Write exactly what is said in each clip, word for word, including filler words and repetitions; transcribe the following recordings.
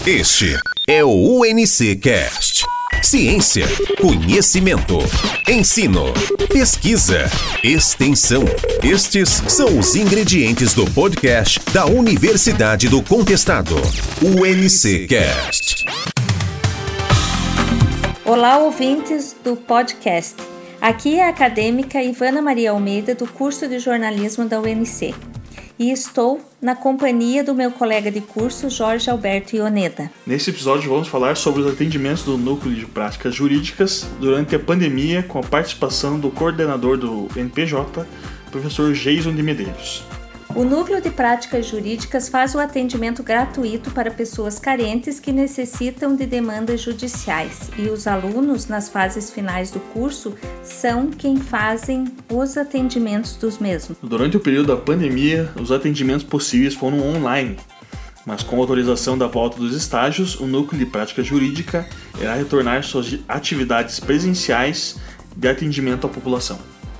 Este é o U N C Cast. Ciência, conhecimento, ensino, pesquisa, extensão. Estes são os ingredientes do podcast da Universidade do Contestado. U N C Cast. Olá, ouvintes do podcast. Aqui é a acadêmica Ivana Maria Almeida, do curso de jornalismo da U N C. E estou na companhia do meu colega de curso, Jorge Alberto Ioneda. Nesse episódio vamos falar sobre os atendimentos do Núcleo de Práticas Jurídicas durante a pandemia, com a participação do coordenador do N P J, professor Jason de Medeiros. O Núcleo de Práticas Jurídicas faz o atendimento gratuito para pessoas carentes que necessitam de demandas judiciais, e os alunos, nas fases finais do curso, são quem fazem os atendimentos dos mesmos. Durante o período da pandemia, os atendimentos possíveis foram online, mas com autorização da volta dos estágios, o Núcleo de Prática Jurídica irá retornar suas atividades presenciais de atendimento à população.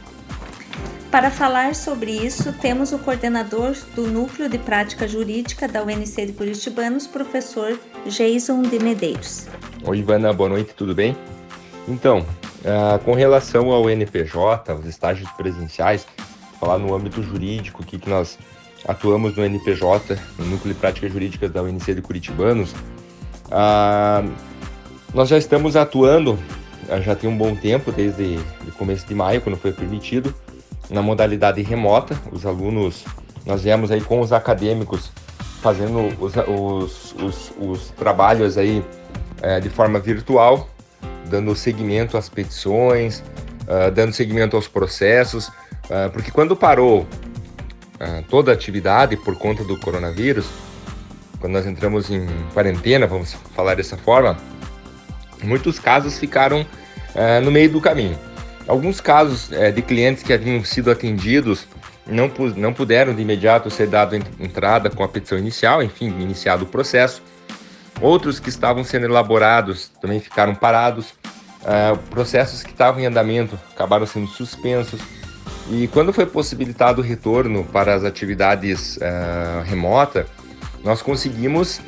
Para falar sobre isso, temos o coordenador do Núcleo de Prática Jurídica da U N C de Curitibanos, professor Jason de Medeiros. Oi, Ivana, boa noite, tudo bem? Então, uh, com relação ao N P J, os estágios presenciais, falar no âmbito jurídico, que, que nós atuamos no N P J, no Núcleo de Prática Jurídica da U N C de Curitibanos, uh, nós já estamos atuando, uh, já tem um bom tempo, desde o começo de maio, quando foi permitido, na modalidade remota. Os alunos, nós viemos aí com os acadêmicos fazendo os, os, os, os trabalhos aí é, de forma virtual, dando seguimento às petições, uh, dando seguimento aos processos, uh, porque quando parou uh, toda a atividade por conta do coronavírus, quando nós entramos em quarentena, vamos falar dessa forma, muitos casos ficaram uh, no meio do caminho. Alguns casos é, de clientes que haviam sido atendidos não, pu- não puderam de imediato ser dado entrada com a petição inicial, enfim, iniciado o processo. Outros que estavam sendo elaborados também ficaram parados. Uh, processos que estavam em andamento acabaram sendo suspensos. E quando foi possibilitado o retorno para as atividades uh, remota, nós conseguimos,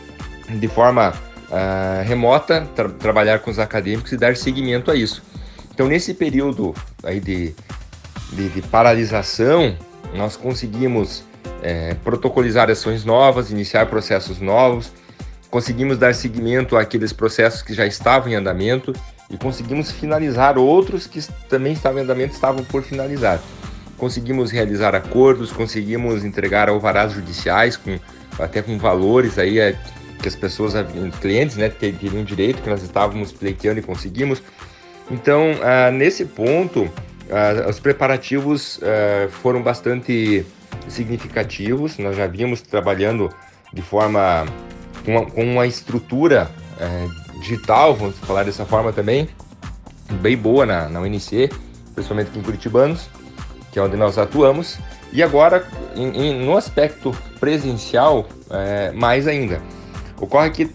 de forma uh, remota, tra- trabalhar com os acadêmicos e dar seguimento a isso. Então, nesse período aí de, de, de paralisação, nós conseguimos é, protocolizar ações novas, iniciar processos novos, conseguimos dar seguimento àqueles processos que já estavam em andamento e conseguimos finalizar outros que também estavam em andamento, estavam por finalizar. Conseguimos realizar acordos, conseguimos entregar alvarás judiciais, com, até com valores aí, é, que as pessoas, os clientes, né, teriam direito, que nós estávamos pleiteando e conseguimos. Então, uh, nesse ponto, uh, os preparativos uh, foram bastante significativos. Nós já vínhamos trabalhando de forma, com uma, com uma estrutura uh, digital, vamos falar dessa forma também, bem boa na, na U N C, principalmente aqui em Curitibanos, que é onde nós atuamos. E agora, em, em, no aspecto presencial, uh, mais ainda. Ocorre que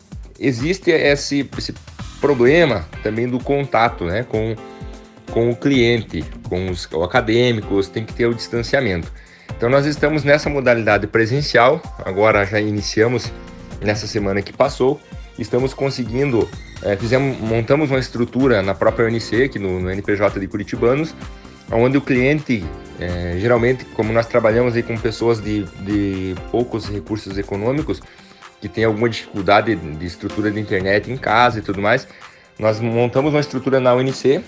existe esse, esse problema também do contato, né, com, com o cliente, com os acadêmicos, tem que ter o distanciamento. Então nós estamos nessa modalidade presencial, agora já iniciamos nessa semana que passou, estamos conseguindo, é, fizemos, montamos uma estrutura na própria U N C, aqui no, no N P J de Curitibanos, onde o cliente, é, geralmente, como nós trabalhamos aí com pessoas de, de poucos recursos econômicos, que tem alguma dificuldade de estrutura de internet em casa e tudo mais, nós montamos uma estrutura na U N C,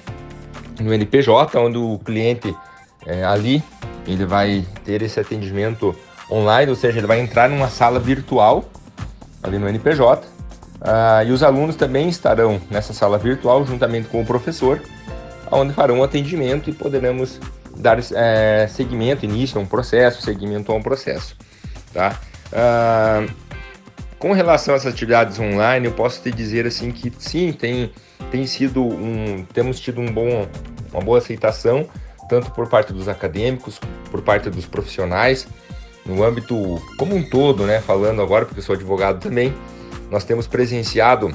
no N P J, onde o cliente é, ali, ele vai ter esse atendimento online, ou seja, ele vai entrar numa sala virtual ali no N P J, uh, e os alunos também estarão nessa sala virtual juntamente com o professor, onde farão um atendimento e poderemos dar é, seguimento, início a um processo, seguimento a um processo, tá? Uh, Com relação a essas atividades online, eu posso te dizer assim que sim, tem, tem sido um, temos tido um bom, uma boa aceitação, tanto por parte dos acadêmicos, por parte dos profissionais, no âmbito como um todo, né? Falando agora, porque eu sou advogado também, nós temos presenciado,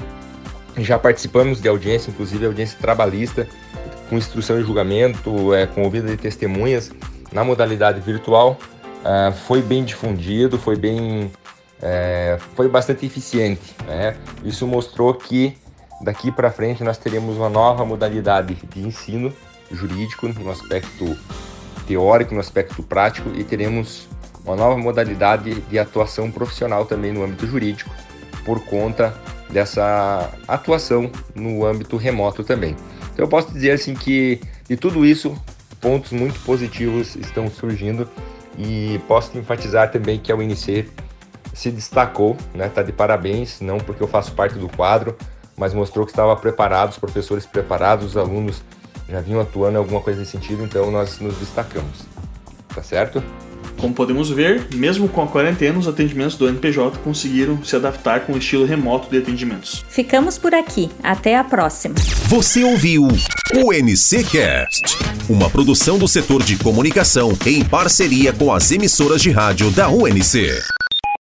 já participamos de audiência, inclusive audiência trabalhista, com instrução e julgamento, é, com ouvida de testemunhas, na modalidade virtual. Uh, foi bem difundido, foi bem é, foi bastante eficiente, né? Isso mostrou que daqui para frente nós teremos uma nova modalidade de ensino jurídico no aspecto teórico, no aspecto prático, e teremos uma nova modalidade de atuação profissional também no âmbito jurídico, por conta dessa atuação no âmbito remoto também. Então eu posso dizer assim que de tudo isso, pontos muito positivos estão surgindo, e posso enfatizar também que a U N C se destacou, né? Tá de parabéns, não porque eu faço parte do quadro, mas mostrou que estava preparado, os professores preparados, os alunos já vinham atuando em alguma coisa nesse sentido, então nós nos destacamos, tá certo? Como podemos ver, mesmo com a quarentena, os atendimentos do N P J conseguiram se adaptar com o estilo remoto de atendimentos. Ficamos por aqui, até a próxima. Você ouviu o U N C Cast, uma produção do setor de comunicação em parceria com as emissoras de rádio da U N C.